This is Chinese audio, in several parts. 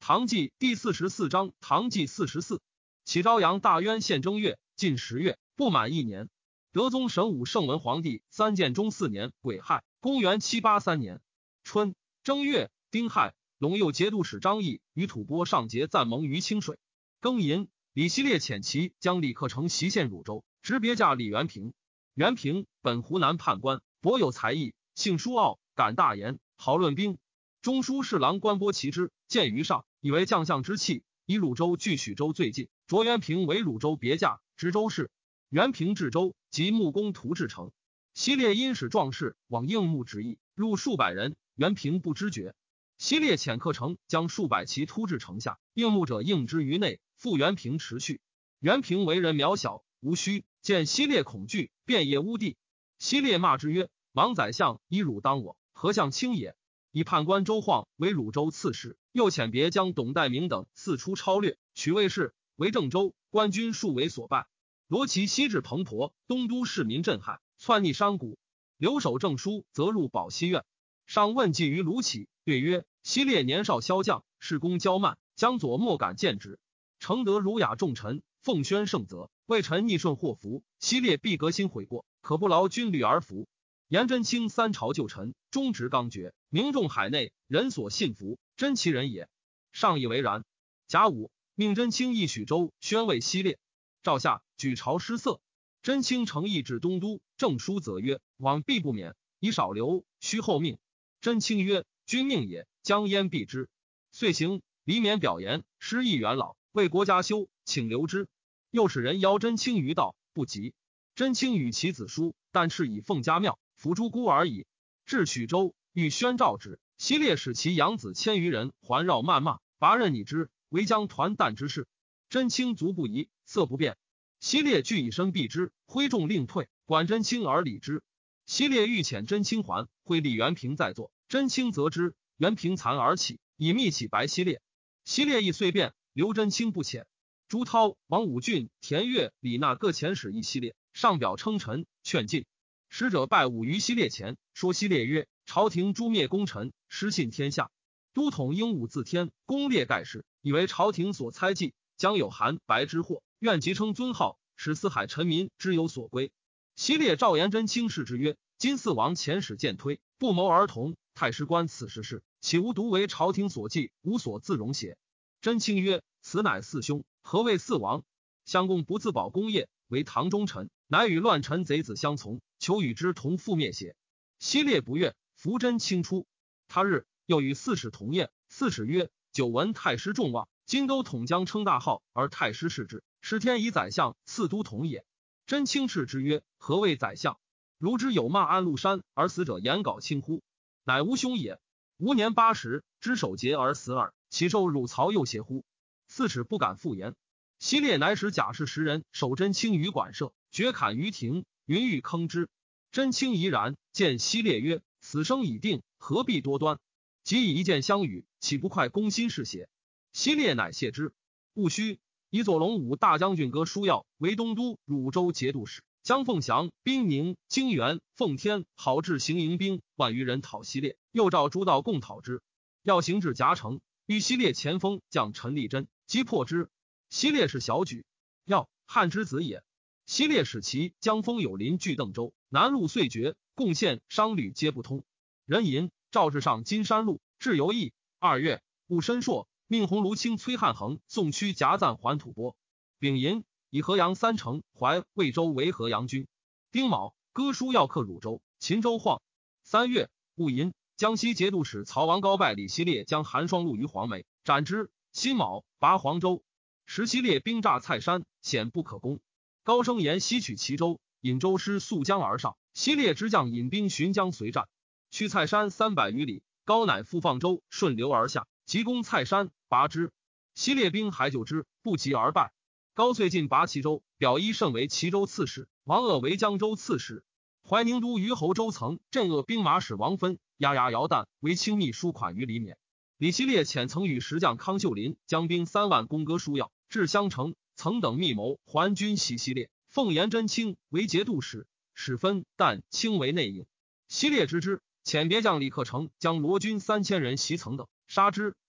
唐纪第44章，唐纪44。启昭阳大渊县正月，近10月，不满1年。德宗神武圣文皇帝3建中4年癸亥，公元783年春正月丁亥，陇右节度使张毅与吐蕃上节暂盟于清水。庚寅，李希烈遣骑将李克成袭献汝州，执别驾李元平。元平本湖南判官，博有才艺，性疏傲，敢大言，好论兵。中书侍郎官波其之，见于上，以为将相之气，以汝州距许州最近，擢元平为汝州别驾，知州事。元平至州，即木工图制成。希烈因使壮士往应募之意，入数百人，元平不知觉。希烈遣克成将数百骑突至城下，应募者应之于内，复元平驰去。元平为人渺小，无须，见希烈恐惧，便谒乌地。希烈骂之曰：王宰相以汝当我，何相轻也？以判官周晃为汝州刺史，又遣别将董代明等四出超掠，取卫士，为郑州，官军数为所败。罗其西至彭婆，东都市民震撼，窜逆山谷。留守证书，则入保西院。上问计于卢杞，对曰：希烈年少骁将，事功骄慢，将佐莫敢见之。承德儒雅重臣，奉宣圣泽，为臣逆顺祸福，希烈必革新悔过，可不劳军旅而服。颜真卿3朝旧臣，忠直刚决，名重海内，人所信服，真其人也。上以为然。甲午，命真卿诣许州，宣慰希烈。诏下，举朝失色。真卿诚意至东都，证书则曰：往必不免，以少留，须后命。真卿曰：君命也，将焉避之。遂行，黎免表言，失意元老，为国家修，请留之。又使人邀真卿于道，不及。真卿与其子书，但敕以奉家庙，辅诸孤而已。至许州，欲宣诏之，希烈使其养子1000余人环绕谩骂，拔刃拟之，为将团弹之事。真卿足不疑，色不变。希烈惧以身避之，挥众令退，管真卿而礼之。希烈欲遣真卿还，会立元平在座，真卿责之，元平惭而起，以密启白希烈。希烈亦遂变，留真卿不遣。朱涛、王武俊、田悦、李纳各遣使议希烈，上表称臣，劝进。使者拜舞于希烈前，说希烈曰：朝廷诛灭功臣，失信天下。都统鹦鹉自天，功烈盖世，以为朝廷所猜忌，将有韩白之祸，愿即称尊号，使四海臣民之有所归。希烈诏言真卿视之曰：今四王遣使渐推，不谋而同，太师官此时事，岂无独为朝廷所忌，无所自容邪？真卿曰：此乃四兄，何谓四王？相公不自保功业，为唐忠臣，乃与乱臣贼子相从，求与之同覆灭邪？希烈不悦，扶真卿出。他日，又与四使同宴，四使曰：久闻太师众望，今都统将称大号，而太师视之，是天以宰相赐都统也。真卿视之曰：何谓宰相？如之有骂安禄山而死者言稿轻乎？乃吾兄也。吾年80，知守节而死耳，岂受辱曹右胁乎？四使不敢复言。希烈乃使甲士10人守真卿于馆舍，决砍于庭，云欲坑之。真卿怡然，见希烈曰：此生已定，何必多端？即以一剑相与，岂不快攻心事邪？希烈乃谢之。戊戌，以左龙武大将军歌舒耀为东都汝州节度使，将凤翔、宾宁、泾原、奉天、郝志行营兵万余人讨希烈，又召诸道共讨之。要行至夹城，与希烈前锋将陈立真击破之。希烈是小举，要汉之子也。希烈使其将封有邻据邓州，南路遂绝，贡献商旅皆不通。人吟赵至上金山路，至游邑。2月，戊申朔，命鸿胪卿崔汉衡送驱夹赞还吐蕃。丙寅，以河阳3城、淮、魏州为河阳军。丁卯，歌书要克汝州、秦州晃。3月，戊寅，江西节度使曹王高拜李希烈将寒霜录于黄梅，斩之。辛卯，拔黄州。时希烈兵诈蔡山，险不可攻。高声言西取齐州，引州师溯江而上，希烈之将引兵循江随战，去蔡山300余里。高乃复放州，顺流而下，急攻蔡山，拔之。希烈兵还救之，不及而败。高遂进拔齐州，表依甚为齐州刺史，王鄂为江州刺史。怀宁都虞侯周曾镇恶兵马使王芬、牙姚旦为亲密书款于李勉。李希烈遣曾与石将康秀林将兵3万攻歌舒耀，至襄城，曾等密谋还军袭希烈，奉颜真卿为节度使，使分但卿为内应。希烈知之，遣别将李克成将罗军3000人袭曾等，杀之。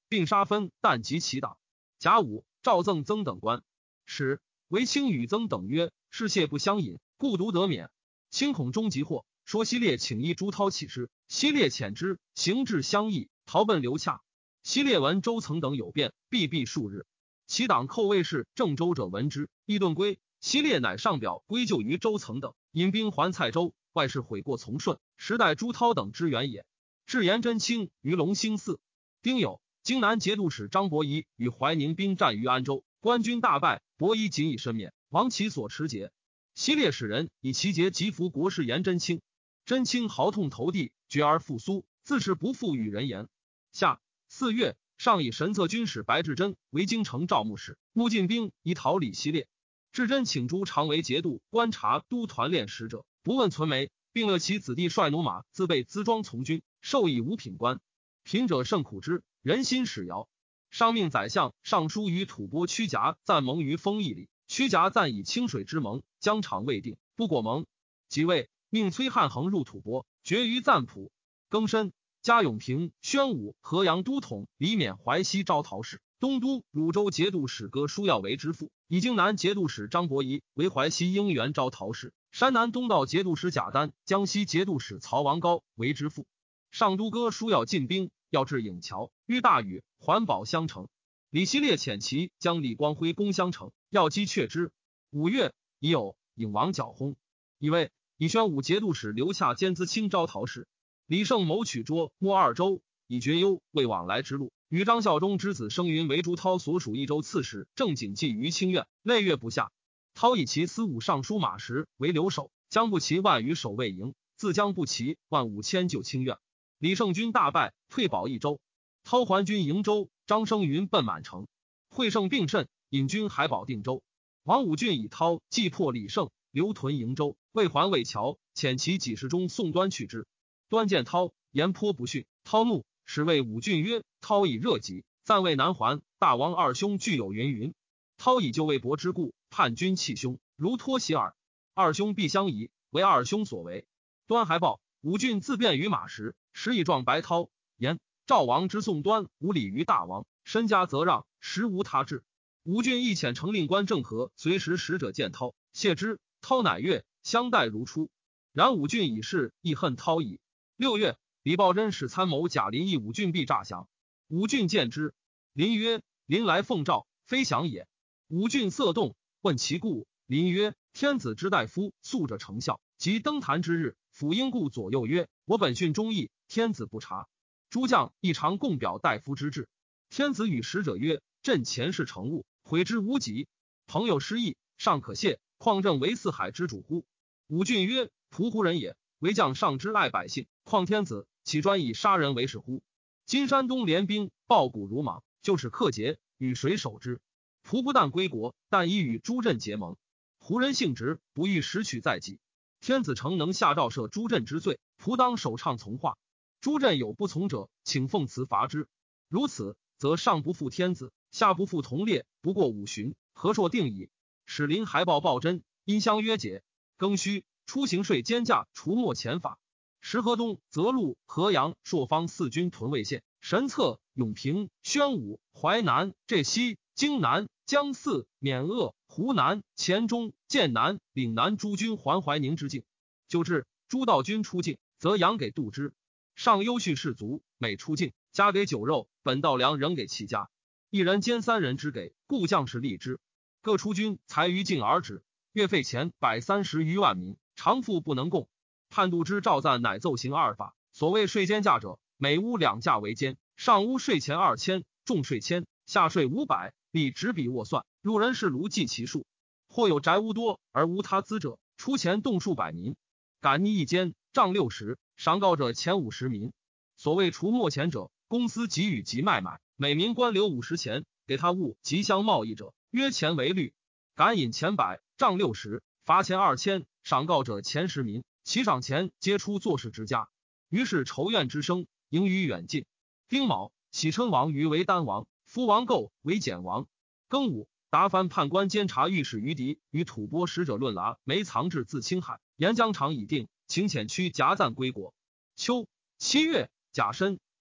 并杀分但及其党。甲午，诏赠曾等官。使为卿与曾等曰：事谢不相引，故独得免。卿恐终即祸，说西烈请依朱涛起事，西烈遣之，行至相异，逃奔刘洽。西烈闻周曾等有变，避数日。其党寇卫士郑州者闻之，议顿归。西烈乃上表归咎于周曾等，引兵还蔡州，外事悔过从顺，时代朱涛等之源也。至颜真卿于隆兴寺。丁酉，荆南节度使张伯仪与怀宁兵战于安州，官军大败，伯仪仅以身免，亡其所持节。西烈使人以其节疾服国士颜真卿，真卿嚎痛投地，决而复苏，自是不复与人言。夏4月，上以神策军使白志珍为京城赵牧使，募进兵以讨李西烈。志珍请诸常为节度观察都团练使者，不问存没，并勒其子弟率驽马自备辎装从军，授以五品官。贫者甚苦之，人心始摇。上命宰相上书于吐蕃屈夹暂盟于丰邑里，屈夹暂以清水之盟，疆场未定，不果盟。即位，命崔汉衡入吐蕃，决于赞普。庚申，嘉永平、宣武、河阳都统李勉淮西招讨使、东都汝州节度使哥舒耀为之父，以荆南节度使张伯仪为淮西应元招讨使，山南东道节度使贾丹、江西节度使曹王高为之父。上都哥舒耀进兵，要至颍桥，遇大雨，环保襄城。李希烈遣骑将李光辉攻襄城，要击却之。5月，已有颍王剿轰，以为以宣武节度使刘洽兼资清招讨使。李胜谋取涿莫二州，以绝忧为往来之路。与张孝忠之子生云为朱涛所属益州刺史，正景济于清苑，累月不下。涛以其司武尚书马时为留守，将不齐万余守卫营，自将不齐15000救清苑。李胜军大败，退保益州。涛还军营州，张生云奔满城。会胜病甚，引军还保定州。王武俊以涛击破李胜，留屯营州，未还魏桥，遣其几十中送端去之。端见涛言颇不逊，涛怒，使谓武俊曰：涛以热疾，暂未南还，大王二兄俱有云。涛以救魏伯之故，叛军弃兄，如脱袭耳。二兄必相疑，为二兄所为。端还报，武俊自便于马时，时以状白涛，言赵王之宋端无礼于大王，身家则让，实无他志。武俊亦遣成令官郑和随时使者见涛，谢之。涛乃悦，相待如初。然武俊以事亦恨涛矣。6月，李抱真使参谋贾林议武俊必诈降。武俊见之，林曰：林来奉诏，非降也。武俊色动，问其故。林曰：天子之大夫，素者成效，及登坛之日，辅应故左右曰：我本训忠义，天子不察。诸将亦常共表大夫之志。天子与使者曰：朕前世成物，悔之无及。朋友失义，尚可谢，况朕为四海之主乎？武俊曰：仆胡人也，为将上之爱百姓，况天子岂专以杀人为事乎？今山东联兵，抱谷如莽，就使克节，与谁守之？仆不但归国，但已与诸镇结盟。胡人性直，不欲拾取在己。天子诚能下诏赦诸镇之罪，仆当首倡从化。诸镇有不从者，请奉辞罚之。如此，则上不负天子，下不负同列，不过5旬，何硕定矣。使林还报抱真，因相约解。庚戌，出行税监驾除没前法。石河东、泽路、河阳、朔方4军屯魏县，神策、永平、宣武、淮南、浙西、荆南、江泗、沔鄂、湖南、黔中、建南、岭南诸军还淮宁之境。就至诸道军出境，则养给度之。上优恤士卒，每出境，加给酒肉，本道粮仍给其家。一人兼3人之给，故将士利之。各出军才于境而止，月费钱130余万民，常赋不能供。判度之诏赞乃奏行2法，所谓税监价者，每屋2价为监，上屋税钱2000，重税1000，下税500，立执笔握算，入人士炉计其数。或有宅屋多而无他资者，出钱动数百民。敢逆一监，杖60，赏告者前50民。所谓除没钱者，公司给予及卖买，每民官留50钱，给他物及相贸易者，约钱为律。敢引钱100，杖60，罚钱2000，赏告者前10民，其赏钱皆出做事之家。于是仇怨之声迎于远近。丁卯，喜称王于为丹王，夫王构为简王。庚午，达藩判官监察御史于迪与吐蕃使者论剌没藏至自青海，沿江场已定，请遣驱夹赞归国。秋7月，甲申，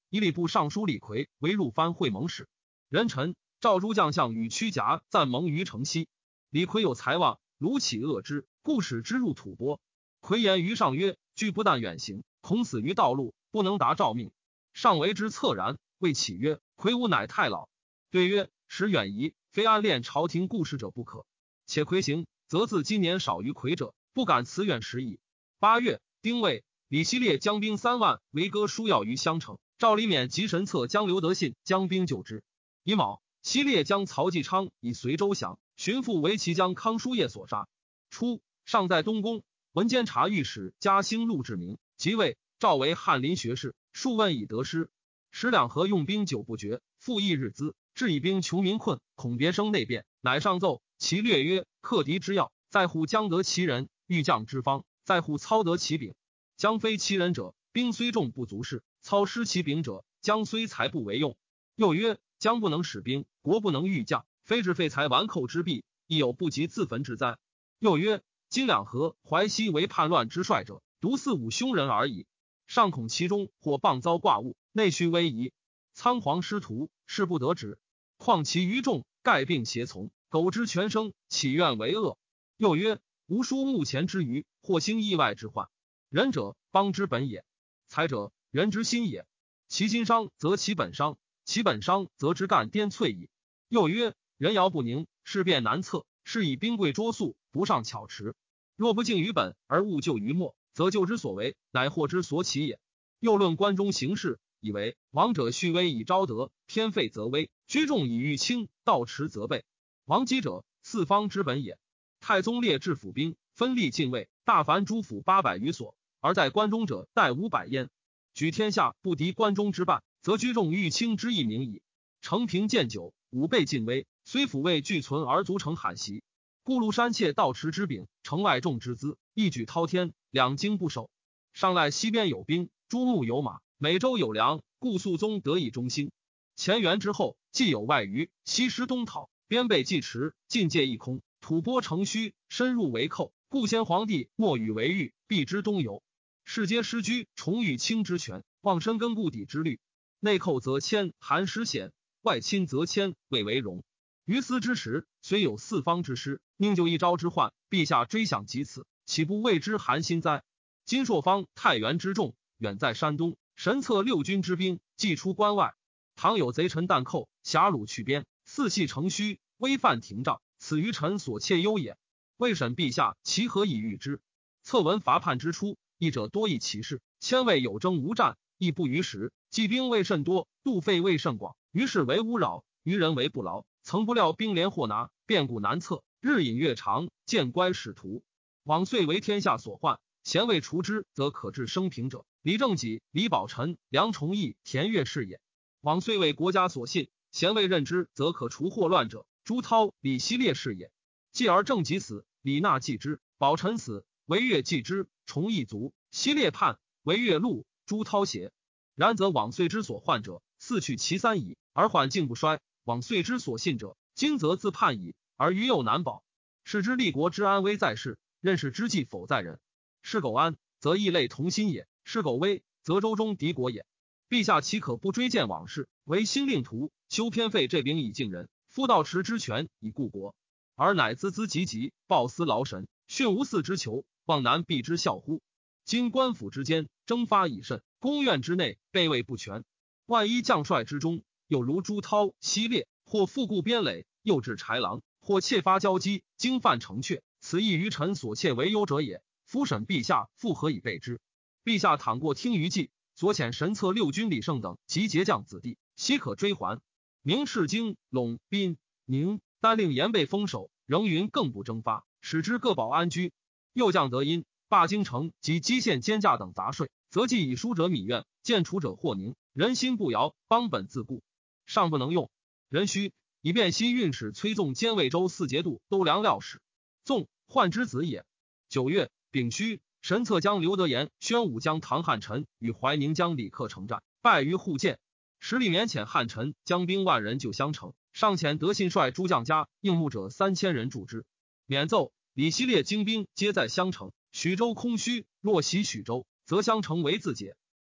以礼部尚书李逵为入藩会盟使。人臣赵诸将相与屈甲赞盟于城西。李逵有才望，卢杞恶之，故使之入吐蕃。逵言于上曰：居不但远行，恐死于道路，不能达诏命。上为之恻然，谓启曰：逵吾乃太老。对曰：时远夷，非安恋朝廷故事者不可。且逵行，则自今年少于逵者，不敢辞远时矣。8月，丁未，李希烈将兵3万为歌书要于襄城。赵李勉及神策将刘德信将兵救之。乙卯，希烈将曹继昌以随州降，寻父为其将康叔夜所杀。初，上在东宫，闻监察御史嘉兴陆志明即位，赵为翰林学士，数问以得失。时两河用兵久不绝，复议日资，至以兵穷民困，恐别生内变，乃上奏其略曰：克敌之要，在乎将得其人；欲将之方，在乎操得其柄。将非其人者，兵虽重不足事；操失其柄者，将虽才不为用。又曰：将不能使兵，国不能御将，非至废材顽寇之弊，亦有不及自焚之灾。又曰：今两河、淮西为叛乱之帅者，独4、5凶人而已。上恐其中或谤遭挂物，内虚危疑，仓皇失途，事不得止。况其余众，盖并胁从，苟之全生，岂愿为恶？又曰：吾书目前之余，或兴意外之患。仁者，邦之本也；才者，人之心也。其心伤，则其本伤；其本伤，则之干颠淬矣。又曰：人摇不宁，事变难测，是以兵贵捉速，不上巧持。若不敬于本，而务就于末，则救之所为，乃祸之所起也。又论关中形势，以为王者蓄威以昭德，偏废则威，居众以御轻，道持则备。王基者，四方之本也。太宗列置府兵，分立禁卫，大凡诸府800余所，而在关中者带500焉。举天下不敌关中之半，则居众御轻之意名矣。承平见久，武备尽威，虽府卫俱存而足成罕袭。故庐山窃道持之柄，城外众之资，一举滔天，两京不守。上赖西边有兵，诸牧有马，每州有粮，故肃宗得以中兴。乾元之后，既有外虞，西施东讨，边备既持，境界一空，吐蕃城虚，深入为寇，故先皇帝莫与为欲，避之东游。世皆失居，重欲清之权，望深根固底之虑。内寇则迁韩师险，外侵则迁魏为荣。于斯之时，虽有四方之师，宁就一朝之患，陛下追想及此，岂不为之寒心哉？今朔方太原之众，远在山东，神策6军之兵，既出关外。倘有贼臣弹寇，狭虏去边，四系城虚，危犯廷杖，此于臣所切忧也。未审陛下，其何以御之？策闻伐叛之初，义者多议其事，千谓有征无战，亦不逾时。骑兵未甚多，路费未甚广，于是为无扰，于人为不劳。曾不料兵连或拿，变故难测，日引月长，见乖使徒。往岁为天下所患，贤未除之，则可治生平者，李正己、李宝臣、梁崇义、田悦是也。往岁为国家所信，贤未任之，则可除祸乱者，朱涛、李希烈是也。继而正己死，李纳继之，宝臣死，惟越继之，崇义卒，希烈叛，惟越戮，朱涛协。然则往岁之所患者，四去其三矣，而缓境不衰。往岁之所信者，今则自叛矣，而余又难保。是之立国之安危在世，任事之计否在人。是苟安，则异类同心也；是苟危，则周中敌国也。陛下岂可不追荐往事，为新令图，修偏废这柄以敬人，夫道持之权以固国，而乃孜孜汲汲，抱思劳神，训无嗣之求，望难避之效乎？今官府之间，征发已甚，宫院之内，备位不全。万一将帅之中，有如朱涛、希烈，或复固边垒，诱至豺狼，或窃发交击，经犯城阙，此亦于臣所窃为忧者也。夫审陛下复何以备之？陛下倘过听于计，所遣神策6军李胜等及节将子弟，悉可追还。明赤京、陇、滨、宁，单令严备封守，仍云更不征发，使之各保安居。右将得因罢京城及基县监价等杂税，则既以书者米怨，见处者或宁，人心不摇，邦本自固。尚不能用，人须以便西运使崔纵兼魏州4节度都粮料使。纵，宦之子也。9月，丙戌，神策将刘德言、宣武将唐汉臣与怀宁将李克成战，败于户建。时李勉遣汉臣将兵10000人救襄城，上遣德信率诸将家应募者3000人助之。免奏，李希烈精兵皆在襄城，许州空虚，若袭许州，则襄城为自解。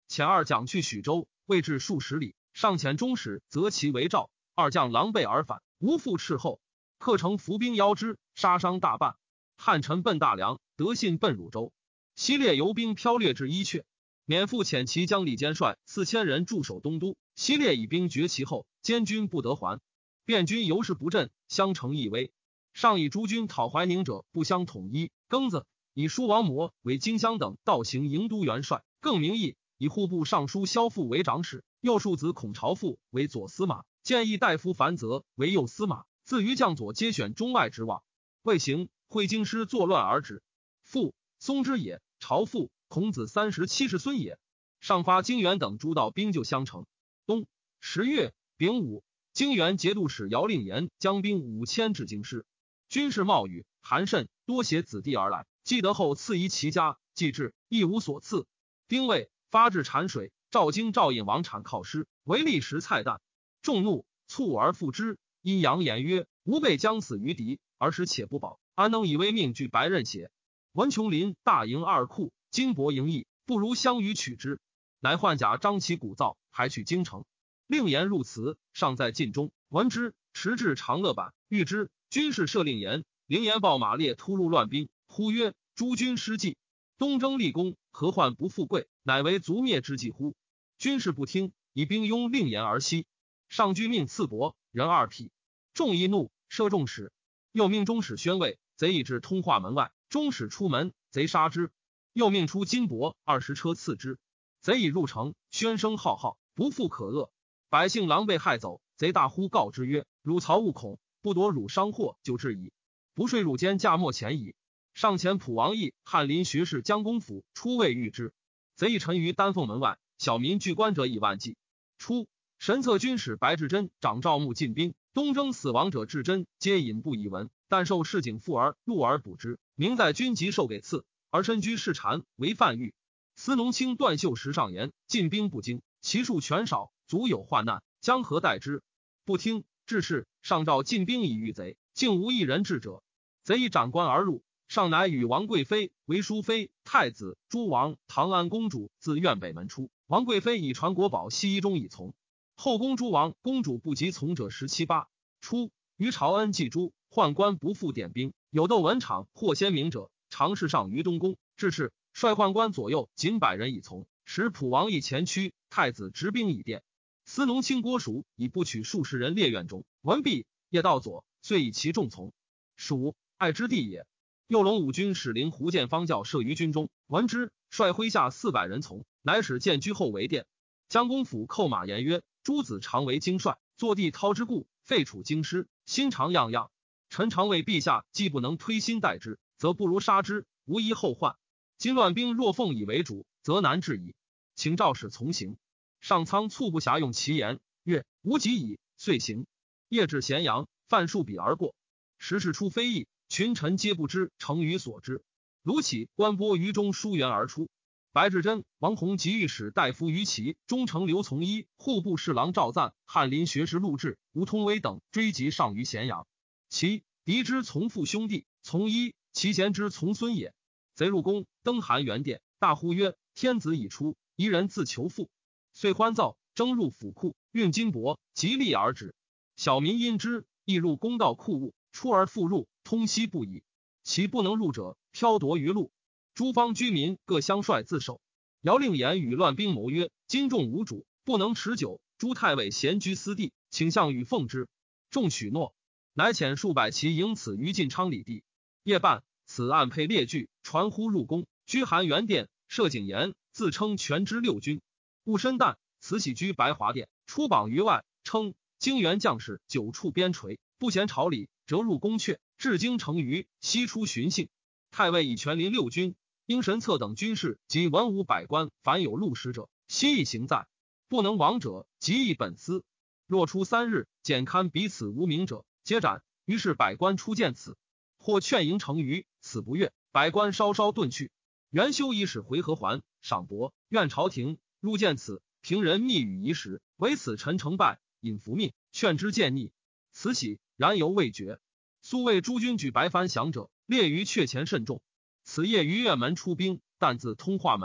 遣二将去许州，未至数十里，上遣中使择其为赵，二将狼狈而返，无复斥候。客乘伏兵邀之，杀伤大半。汉臣奔大梁，德信奔汝州。西列游兵飘掠至伊阙，免复遣其将李坚率4000人驻守东都。西列以兵绝其后，监军不得还。汴军由是不振，相城亦危。上以诸军讨怀宁者不相统一。庚子，以舒王模为荆襄等道行营都元帅，更名义。以户部尚书萧父为长史，右庶子孔朝父为左司马，建议大夫樊泽为右司马。自于将左皆选中外之望。未行，会京师作乱而止。父松之也，朝父孔子30-70孙也。上发荆原等诸道兵救襄城。冬10月丙午，荆原节度使姚令言将兵5000至京师。军士冒雨寒甚，多携子弟而来。既得后赐遗其家，既至亦无所赐。丁未，发至产水，赵京赵引王产犒师，为立时菜旦。众怒，猝而复之。阴阳言曰：吾辈将死于敌，而时且不保，安能以为命拒白刃邪？文琼林大营2库，金帛营邑，不如相与取之。乃换甲张其鼓噪，还去京城。令言入祠，尚在禁中。闻之，持至长乐坂，谕之。军士设令言，灵言报马列突入乱兵，呼曰：诸军失计，东征立功，何患不富贵？乃为族灭之计乎？军士不听，以兵拥令言而西。上居命赐帛，人2匹。众一怒，射中使。又命中使宣慰，贼已至通化门外。中使出门，贼杀之。又命出金帛20车刺之。贼已入城，喧声浩浩，不复可遏。百姓狼狈害走，贼大呼告之曰：汝曹勿恐，不夺汝商货就至矣，不税汝奸价莫前矣。上前普王义、翰林学士江公府出谓谕之。贼已沉于丹凤门外，小民拒观者以万计。初，神策军使白志贞掌赵牧进兵，东征死亡者至真皆引不以闻，但受市井妇儿入而补之，明在军籍授给赐，而身居市禅为犯狱。司农卿段秀时上言，进兵不精，其数全少，足有患难，将何待之？不听，致是上诏进兵以御贼，竟无一人治者。贼以长官而入，上乃与王贵妃、为淑妃、太子、诸王、唐安公主自苑北门出。王贵妃以传国宝西衣中以从。后宫诸王公主不及从者17、8。初，于朝恩祭诸宦官不复点兵，有窦文场或先明者，常侍上于东宫。致是率宦官左右仅100人以从，使普王义前驱，太子执兵以殿。司农卿郭蜀以不取数十人列院中，文毕夜到左，遂以其众从。蜀爱之地也。右龙武军使灵胡建方教射于军中，闻之，率麾下400人从，乃使建居后为殿。江公府叩马言曰：诸子常为京帅，坐地涛之故，废除京师，心常样样。臣常为陛下既不能推心待之，则不如杀之，无一后患。今乱兵若奉以为主，则难治矣。请诏使从行。上苍猝不暇用其言，曰：无及矣。遂行。夜至咸阳，犯数比而过。时事出非议，群臣皆不知，成于所知。卢杞、关波于中疏源而出。白志贞、王弘及御史大夫于琦、中丞刘从一、户部侍郎赵赞、翰林学士陆志、吴通威等追击上于咸阳。其敌之从父兄弟，从一其贤之从孙也。贼入宫，登含元殿，大呼曰：天子已出，夷人自求父。遂欢噪，征入府库，运金帛，极力而止。小民因之，亦入宫盗库物，出而复入，通悉不已。其不能入者，飘夺于路。诸方居民各相率自守。姚令言与乱兵谋曰：今众无主，不能持久。诸太尉闲居私地，请项羽奉之。众许诺，乃遣数百骑迎此于晋昌里地。夜半，此暗配列具，传呼入宫，居含元殿，设景言，自称全之6军。戊申旦，慈禧居白华殿，出榜于外，称荆原将士9处边陲，不嫌朝礼，折入宫阙，至京城隅，悉出巡幸。太尉以全临6军。应神策等军士及文武百官，凡有禄使者，悉以行在。不能亡者，即以本司。若出3日，检勘彼此无名者，皆斩。于是百官出见此，或劝迎成于此不悦，百官稍稍遁去。元修以使回纥还，赏帛，愿朝廷入见此。平人密语遗时，唯此臣成败，引服命，劝之见逆。慈禧然犹未决。素为诸军举白帆降者，列于阙前甚众。此夜于院门出兵，但自通化门入，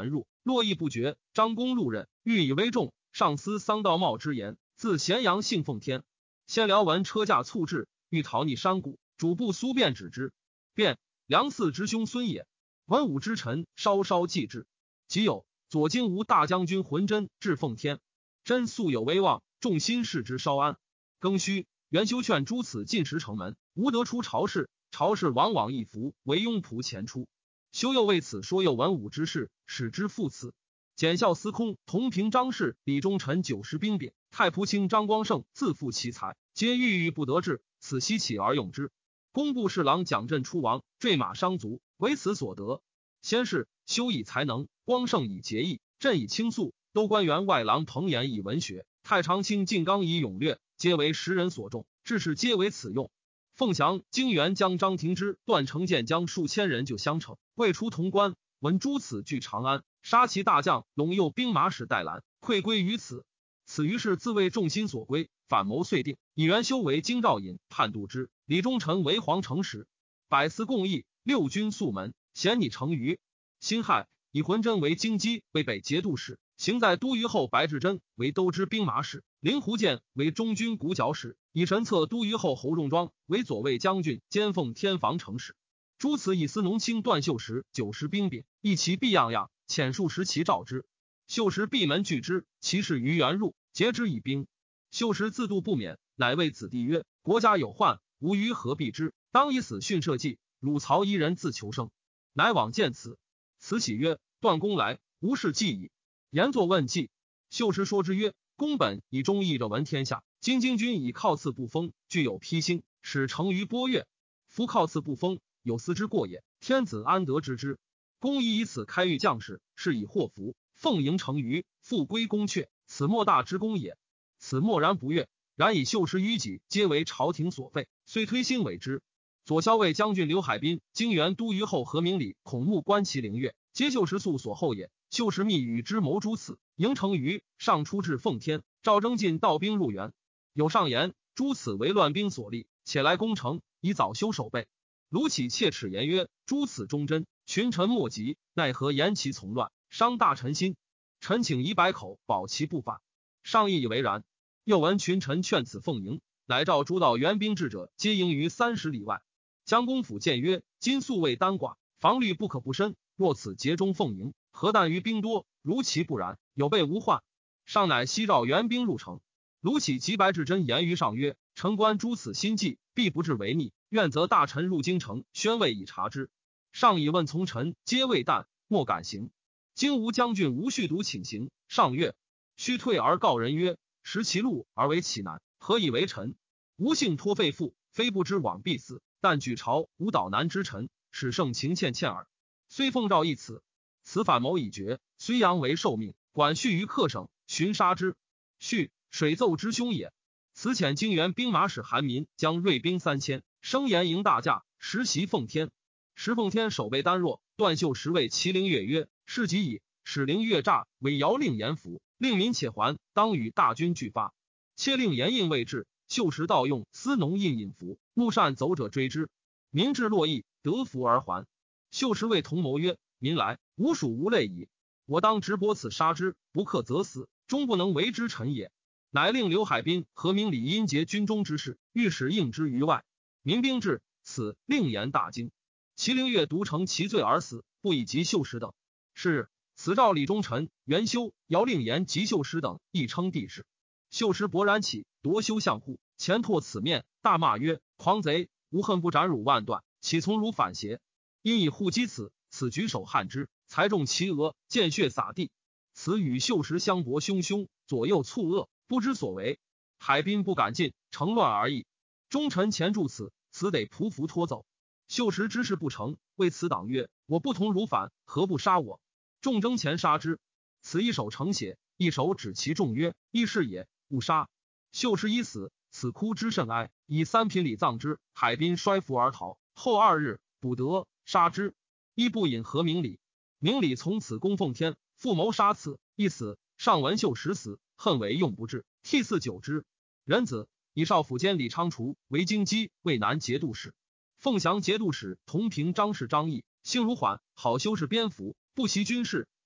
络绎不绝。张公路任，欲以为重。上司桑道茂之言，自咸阳幸奉天。先辽闻车驾促至，欲逃逆山谷，主簿苏辩止之。辩，梁嗣之兄孙也。文武之臣稍稍忌之。即有左京吴大将军浑真至奉天，真素有威望，众心视之稍安。庚戌，元修劝诸此进食城门，无得出朝事。朝事往往一服，为庸仆前出。修又为此说右文武之事，使之复此。检校司空同平张氏、李忠臣90兵柄，太仆卿张光胜自负其才，皆郁郁不得志，此西起而用之。工部侍郎蒋振出亡，坠马伤足，为此所得。先是修以才能，光胜以节义，朕以倾诉，都官员外郎彭延以文学，太常卿晋刚以勇略，皆为时人所重，志士皆为此用。凤翔、京元将张廷之、段成建将数千人就相城，未出潼关，闻诸此据长安，杀其大将陇右兵马使戴兰，溃归于此。此于是自为众心所归，反谋遂定，以元修为京兆尹，判度之；李忠臣为皇城使，百司共议，六军肃门，咸拟成虞。辛亥，以浑真为京畿为北节度使，行在都虞后白志珍为都知兵马使，令狐建为中军鼓角使，以神策都虞后侯仲庄为左卫将军兼奉天防城使。诸此以司农卿段秀实90兵柄，一其必样样，遣数十骑召之。秀实闭门拒之，其士于原入，截之以兵。秀实自度不免，乃谓子弟曰：国家有患，吾于何避之？当以死训社稷，汝曹一人自求生。乃往见此。慈喜曰：段公来，无事计矣。言作问计。秀实说之曰：公本以忠义者闻天下，今京军以靠次不封，具有披星，使成于波越。夫靠次不封，有司之过也，天子安得知之？公宜以此开谕将士，是以祸福，奉迎成于，复归宫阙，此莫大之功也。此默然不悦，然以秀实于己，皆为朝廷所废，虽推心委之。左骁卫将军刘海滨、京元都虞候何明礼、孔目观其灵月，皆秀实素所后也。秀实密与之谋诸此，迎成于，上出至奉天，赵征进道兵入援。有上言诸此为乱兵所立，且来攻城，以早修守备。卢杞切齿言曰：诸此忠贞，群臣莫及，奈何言其从乱，伤大臣心？臣请以百口保其不反。上亦以为然。又闻群臣劝此奉迎，乃召诸道援兵至者，皆迎于30里外。将公府谏曰：今素未单寡，防律不可不深。若此节中奉迎，何但于兵多？如其不然，有备无患。上乃西召援兵入城。卢杞及白志珍言于上曰：臣观诸此心计，必不至为逆。愿则大臣入京城，宣慰以察之。上以问从臣，皆未旦，莫敢行。今吴将军吴续独请行，上曰：须退而告人曰：识其路而为其难，何以为臣？吴姓托废父，非不知往必死，但举朝无岛南之臣，使盛情欠耳。虽奉诏一此，此反谋已决，虽阳为受命，管恤于客省，寻杀之。续，水奏之兄也。此遣京元兵马使韩民将锐兵3000，声言迎大驾，实袭奉天。时奉天守备单弱，段秀实谓其灵月曰：是即矣。使灵月诈为姚令严服，令民且还，当与大军俱发。切令严印未至，秀实盗用司农印服，目善走者追之，民至洛邑，得服而还。秀实谓同谋曰：民来，吾属无类矣。我当直搏此杀之，不克则死，终不能为之臣也。乃令刘海滨、何明礼因结军中之事，御史应之于外。民兵至，此令严大惊。其灵月独乘其罪而死，不以及秀实等。是日，此诏李忠臣、元修、姚令严及秀实等亦称帝室。秀实勃然起，夺修相护，前拓此面，大骂曰：狂贼！吾恨不斩汝万段，岂从汝反邪？因以护击此，此举手撼之，才中其额，见血洒地。此与秀实相搏汹汹，左右蹙恶，不知所为。海滨不敢进，乘乱而已。忠臣前助此，此得匍匐拖走。秀实之事不成，为此党曰：我不同汝反，何不杀我？众争前杀之。此一手承血，一手指其众曰：义士也，勿杀。秀实已死，此哭之甚哀，以3品礼葬之。海滨衰服而逃，后2日捕得，杀之。一不引何明礼，明礼从此攻奉天，复谋杀此，一死。上闻秀实死，恨为用不至，替嗣久之。壬子，以少府监李昌除为京畿渭南节度使。凤翔节度使同平张氏张毅，性如缓，好修饰边服，不习军事，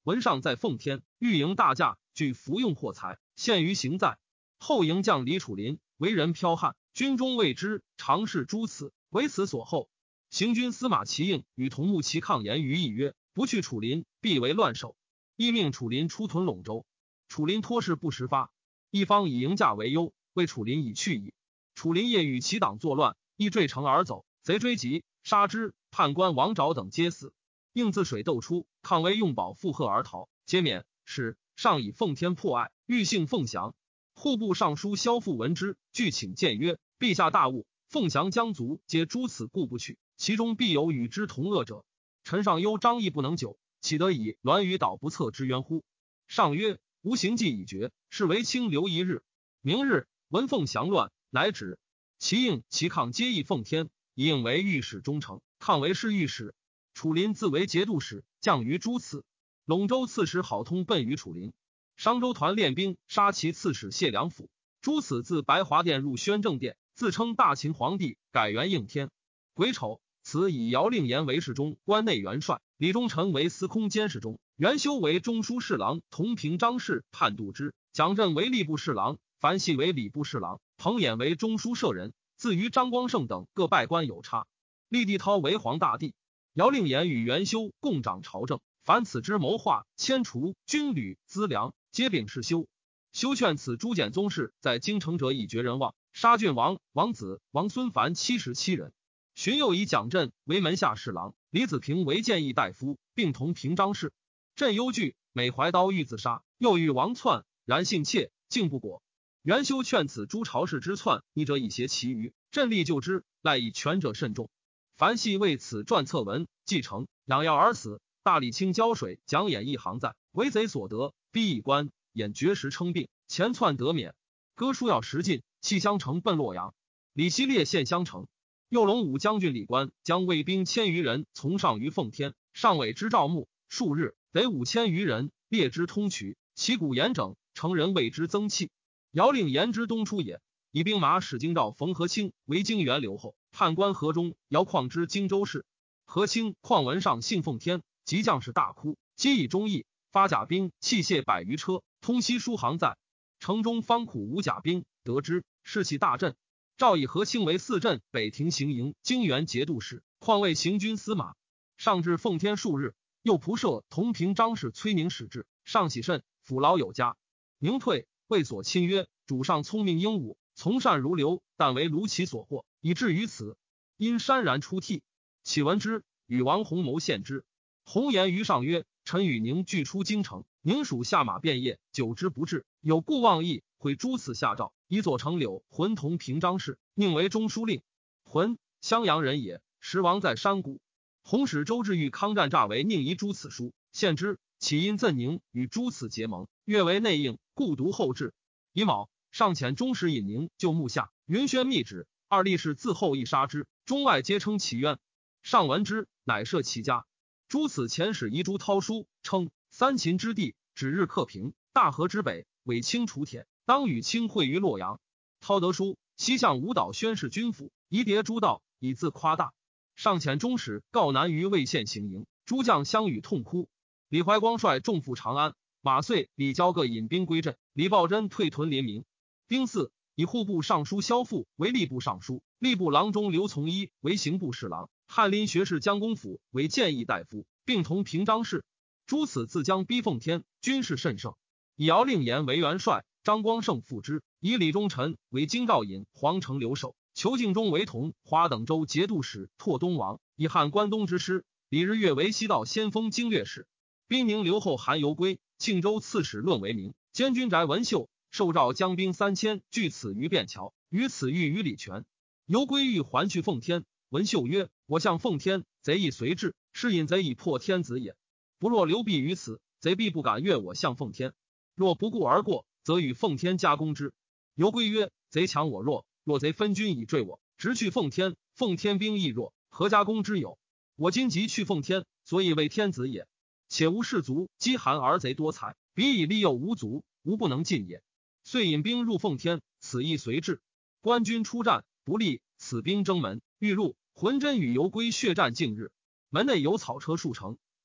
文尚在奉天，欲迎大驾，具服用货财，献于行在。后迎将李楚林，为人剽悍，军中谓之，常侍诸此，为此所后。行军司马齐应与同目齐抗言于议曰：不去楚林，必为乱首。亦命楚林出屯陇州。楚林托事不时发，一方以迎驾为忧，谓楚林已去矣。楚林夜与其党作乱，亦坠城而走，贼追及，杀之。判官王昭等皆死。应自水斗出，抗为用宝附和而逃，皆免。使上以奉天破爱，欲幸凤翔。户部尚书萧复闻之，具请谏曰：陛下大悟，凤翔将卒皆诸此故不去，其中必有与之同恶者。臣上忧张毅不能久，岂得以栾于岛不测之冤乎？上曰：吾行计已决，是为卿留一日。明日闻凤翔乱，乃止。其应其抗皆议奉天，以应为御史中丞，抗为侍御史。楚林自为节度使，降于诸此。陇州刺史郝通奔于楚林。商州团练兵杀其刺史谢良辅。诸此自白华殿入宣政殿，自称大秦皇帝，改元应天。癸丑，此以姚令言为侍中、关内元帅，李忠臣为司空监视中，元修为中书侍郎，同平章事判度之，蒋振为吏部侍郎，樊系为礼部侍郎，彭衍为中书舍人。自于张光胜等各拜官有差。立帝涛为皇大帝。姚令言与元修共掌朝政，凡此之谋划、迁除、军旅、资粮，皆秉事修。修劝此朱简宗室在京城者以绝人望，杀郡王、王子、王孙凡77人。荀攸以蒋振为门下侍郎，李子平为谏议大夫，并同平章事。振忧惧，每怀刀欲自杀，又欲王篡，然性怯，竟不果。元修劝此诸朝氏之篡逆者以挟其余，振力救之，赖以权者甚重。樊系为此撰策文，继承养药而死。大理清胶水讲演一行在，为贼所得，逼一官，演绝食称病，前篡得免。割书要食尽，弃襄城奔洛阳。李希烈陷襄城。右龙武将军李官将卫兵1000余人从上于奉天，上委之赵牧，数日得5000余人，列之通衢，旗鼓严整，城人为之增气。姚令言之东出也，以兵马使京兆冯和清为京原留后，判官河中姚况之荆州事。和清况文上信奉天，及将士大哭，皆以忠义，发甲兵器械100余车，通西书行在。城中方苦无甲兵，得知士气大振。赵以和清为4镇北庭行营京原节度使，况为行军司马。上至奉天数日，又仆射同平章事崔宁使至，上喜甚，抚劳有加。宁退，谓所亲曰：主上聪明英武，从善如流，但为卢其所获，以至于此。因潸然出涕。启闻之，与王弘谋献之。弘言于上曰：臣与宁俱出京城，宁属下马遍业，久之不至，有故妄议，会诸此下诏，以左丞柳浑同平章事，宁为中书令。浑襄阳人也，时亡在山谷。弘使周至欲抗战诈为宁遗诸此书，献之。起因赠宁与诸此结盟，越为内应，故读后至。乙卯，上遣中使尹宁就幕下，云宣密旨，2力士自后亦杀之，中外皆称其冤。上闻之，乃赦其家。诸此遣使遗朱涛书，称3秦之地，指日克平，大河之北，委清除铁，当与清会于洛阳。涛得书，西向吴岛宣示军府，夷迭诸道，以自夸大。上遣中使告南于魏县行营，诸将相与痛哭。李怀光率众赴长安，马遂、李交各引兵归镇，李抱真退屯临明。丁巳，以户部尚书萧复为吏部尚书，吏部郎中刘从一为刑部侍郎，翰林学士江公甫为谏议大夫，并同平章事。诸此自将逼奉天，军事甚盛。以姚令言为元帅，张光胜副之，以李忠臣为京兆尹、皇城留守，裘敬忠为同华等州节度使、拓东王，以汉关东之师。李日月为西道先锋经略使。兵宁留后韩游归，庆州刺史论为名，监军宅文秀，受诏将兵3000据此于便桥，于此遇于李全。游归欲还去奉天，文秀曰：我向奉天，贼亦随至，是引贼以破天子也。不若留避于此，贼必不敢越我向奉天。若不顾而过，则与奉天加攻之。游归曰：贼强我弱，若贼分军以坠我，直去奉天，奉天兵亦弱，何加攻之有？我今即去奉天，所以为天子也。且无士卒，饥寒而贼多财，彼以利诱无足，无不能尽也。遂引兵入奉天，此亦随至。官军出战不利，此兵征门，欲入。浑真与游归血战近日，门内有草车数乘，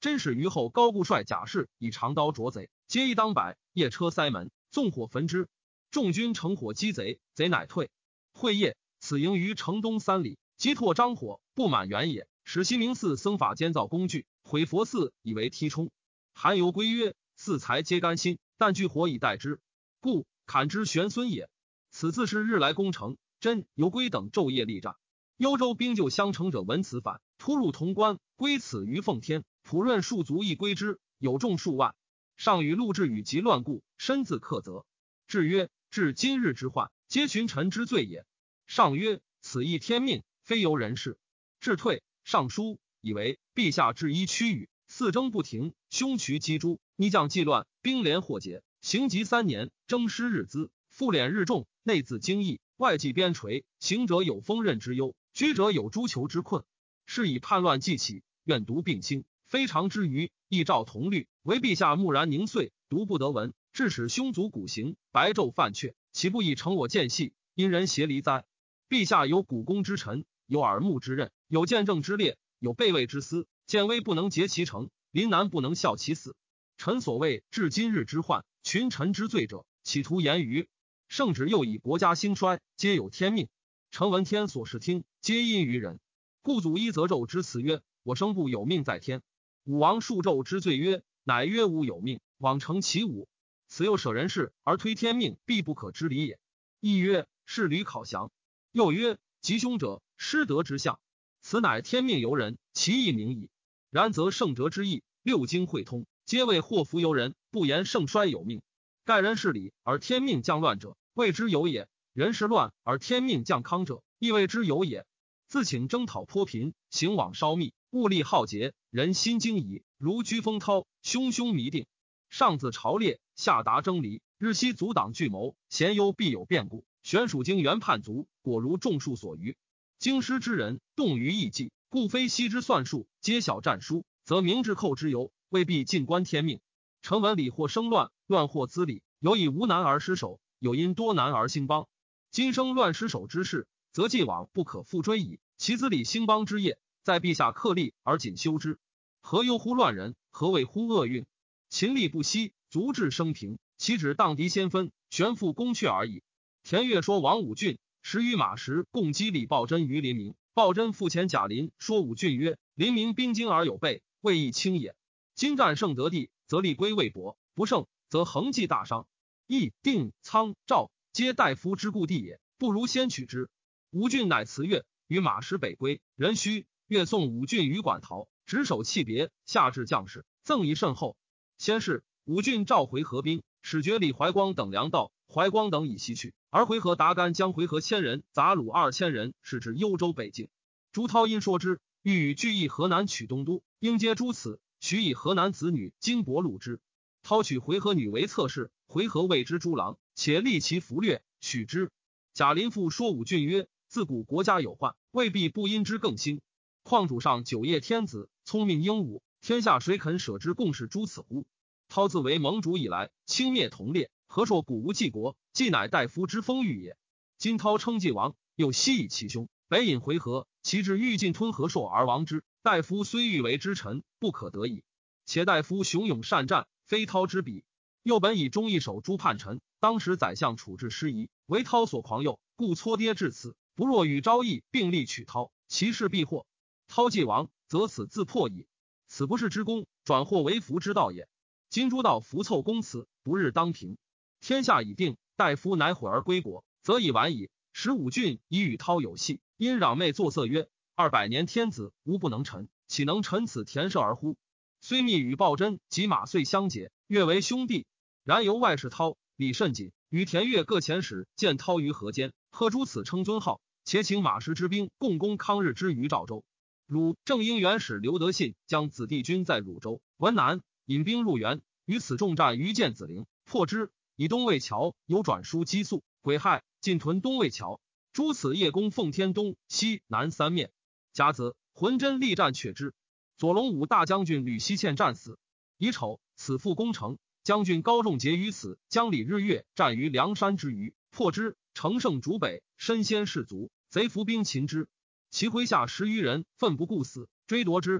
真是于后高固帅甲士以长刀啄贼，皆一当百，夜车塞门，纵火焚之。众军乘火击贼，贼乃退。会夜，此营于城东3里，击拓张火，不满原野，使西明寺僧法监造工具，毁佛寺以为梯冲。韩游归曰：四财皆甘心，但惧火以待之，故砍之玄孙也。此自是日来攻城，真游归等昼夜力战。幽州兵救相城者闻此反，突入潼关，归此于奉天。普润数卒亦归之，有众数万。上与陆志宇及乱故，身自克责。至曰：至今日之患，皆群臣之罪也。上曰：此亦天命，非由人事。至退，上书以为陛下至一区域，四征不停，凶渠击诸，逆将既乱，兵连祸结，行疾3年，征师日滋，复敛日重，内自精益，外计边陲，行者有锋刃之忧，居者有诸囚之困。是以叛乱既起，愿独并兴，非常之余，亦照同律，唯陛下木然凝遂，独不得闻，致使凶卒鼓行，白昼犯阙，岂不以成我间隙，因人邪离哉？陛下有股肱之臣，有耳目之刃，有见证之列，有备位之司，见危不能竭其成，临难不能效其死。臣所谓至今日之患，群臣之罪者，企图言于圣旨，又以国家兴衰，皆有天命。臣闻天所视听，皆因于人。故祖一则纣之辞曰：我生不有命在天。武王述纣之罪曰：乃曰吾有命，往成其武。此又舍人事而推天命，必不可知理也。亦曰：是履考详。又曰：吉凶者，失德之象。此乃天命由人，其意明矣。然则圣哲之意，六经会通，皆谓祸福由人，不言盛衰有命。盖人事理而天命降乱者，谓之有也；人事乱而天命降康者，亦谓之有也。自请征讨颇贫，行往稍密，物力浩劫，人心惊疑，如居风涛，汹汹弥定。上自朝列，下达征离，日夕阻挡巨谋，咸忧必有变故。玄属经原叛卒，果如众数所余。京师之人动于异计，故非悉之算术，皆晓战书，则明至寇之由，未必尽观天命。臣闻礼或生乱，乱或滋礼，有以无难而失守，有因多难而兴邦。今生乱失守之事，则既往不可复追矣。其滋礼兴邦之业，在陛下克立而谨修之。何忧乎乱人？何谓乎厄运？秦力不息，足智生平，岂止荡敌先分，悬复攻阙而已。田悦说王武俊10余马时，共击李抱真于临明。抱真复前贾林，说武俊曰：临明兵精而有备，未易轻也。今战胜得地，则力归魏博；不胜，则横计大伤。义、定、苍、赵皆大夫之故地也，不如先取之。武俊乃辞越，于马时北归。壬戌，越送武俊于馆陶，执手弃别，下至将士，赠以甚厚。先是，武俊召回合兵，使决李怀光等粮道，怀光等以西去，而回纥达干将回纥1000人，杂虏2000人，是至幽州北境。朱涛因说之，欲与聚议河南取东都，应接诸此，许以河南子女金帛禄之。涛取回纥女为侧室，回纥谓之诸郎，且立其俘掠，许之。贾林父说武俊曰：自古国家有患，未必不因之更兴。况主上9叶天子，聪明英武，天下谁肯舍之共事诸此乎？涛自为盟主以来，轻蔑同列，何硕古无继国，既乃大夫之风欲也。今涛称继王，又西以其兄，北引回纥，其志欲尽吞何硕而亡之。大夫虽欲为之臣，不可得矣。且大夫雄勇善战，非涛之比。又本以忠义守诸叛臣，当时宰相处置失宜，为涛所狂诱，故搓跌至此。不若与昭义并力取涛，其势必获。涛既亡，则此自破矣。此不是之功，转祸为福之道也。今诸道浮凑公辞，不日当平。天下已定，大夫乃悔而归国，则已晚矣。使武俊以与涛有隙，因攘妹作色曰：200年天子，无不能臣，岂能臣此田舍而乎？虽密与抱真及马遂相结，越为兄弟。然由外事涛、李慎谨与田悦各遣使见涛于河间，贺诸此称尊号，且请马师之兵共攻康日之于赵州。汝正英元使刘德信将子弟军在汝州、文南引兵入援，于此众战于建子陵，破之。以东魏桥有转书激素，癸亥进屯东魏桥。诸此夜攻奉天东西南三面。甲子，浑真力战却之。左龙武大将军吕希倩战死。乙丑，此复攻城。将军高仲节于此，将李日月战于梁山之余，破之，乘胜逐北，身先士卒，贼伏兵擒之。其麾下10余人奋不顾死，追夺之。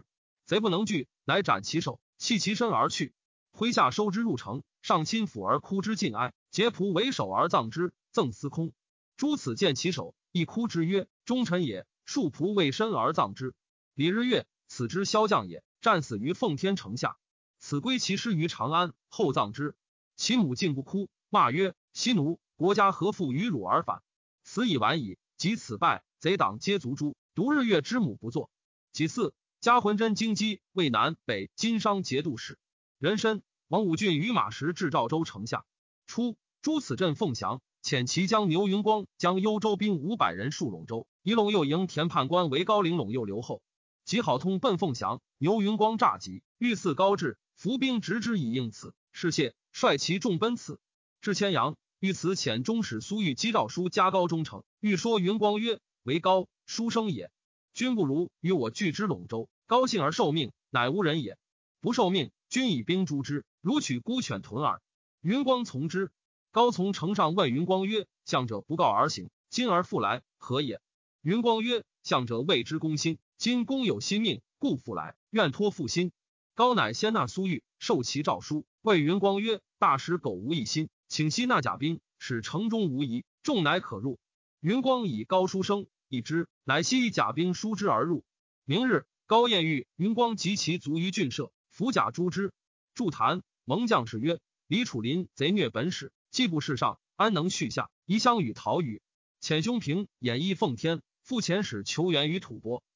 贼不能拒，乃斩其首，弃其身而去。麾下收之入城，上亲抚而哭之尽哀，结仆为首而葬之，赠司空。诸此见其首，亦哭之曰：忠臣也。庶仆为身而葬之。李日月，此之骁将也，战死于奉天城下。此归其尸于长安，后葬之。其母竟不哭，骂曰：息奴，国家何复于汝而反？此已晚矣。及此败，贼党皆族诛，独日月之母不作。其次，加浑真京畿渭南北经商节度使。壬申，王武俊与马石至赵州城下。初，诛此镇凤翔，遣其将牛云光将幽州兵500人戍陇州，以陇右营田判官为高陵陇右留后。及好通奔凤翔，牛云光诈急，欲似高至，伏兵直之以应此。是谢，率其众奔刺。至千阳，欲此遣中使苏玉击诏书加高中丞，欲说云光曰：为高，书生也。君不如与我拒之陇州，高兴而受命，乃无人也。不受命，君以兵诛之，如取孤犬豚耳。云光从之。高从城上问云光曰：相者不告而行，今而复来，何也？云光曰：相者谓之公心，今公有心命，故复来，愿托付心。高乃先纳苏玉，受其诏书，谓云光曰：大使苟无一心，请悉纳甲兵，使城中无疑，众乃可入。云光以高书生一之，乃悉以甲兵书之而入。明日，高宴遇云光及其族于郡舍，伏甲诛之。筑坛，蒙将士曰：李楚林贼虐本使，既不事上，安能续下？宜相与逃与。遣兄平演义奉天，复遣使求援于吐蕃。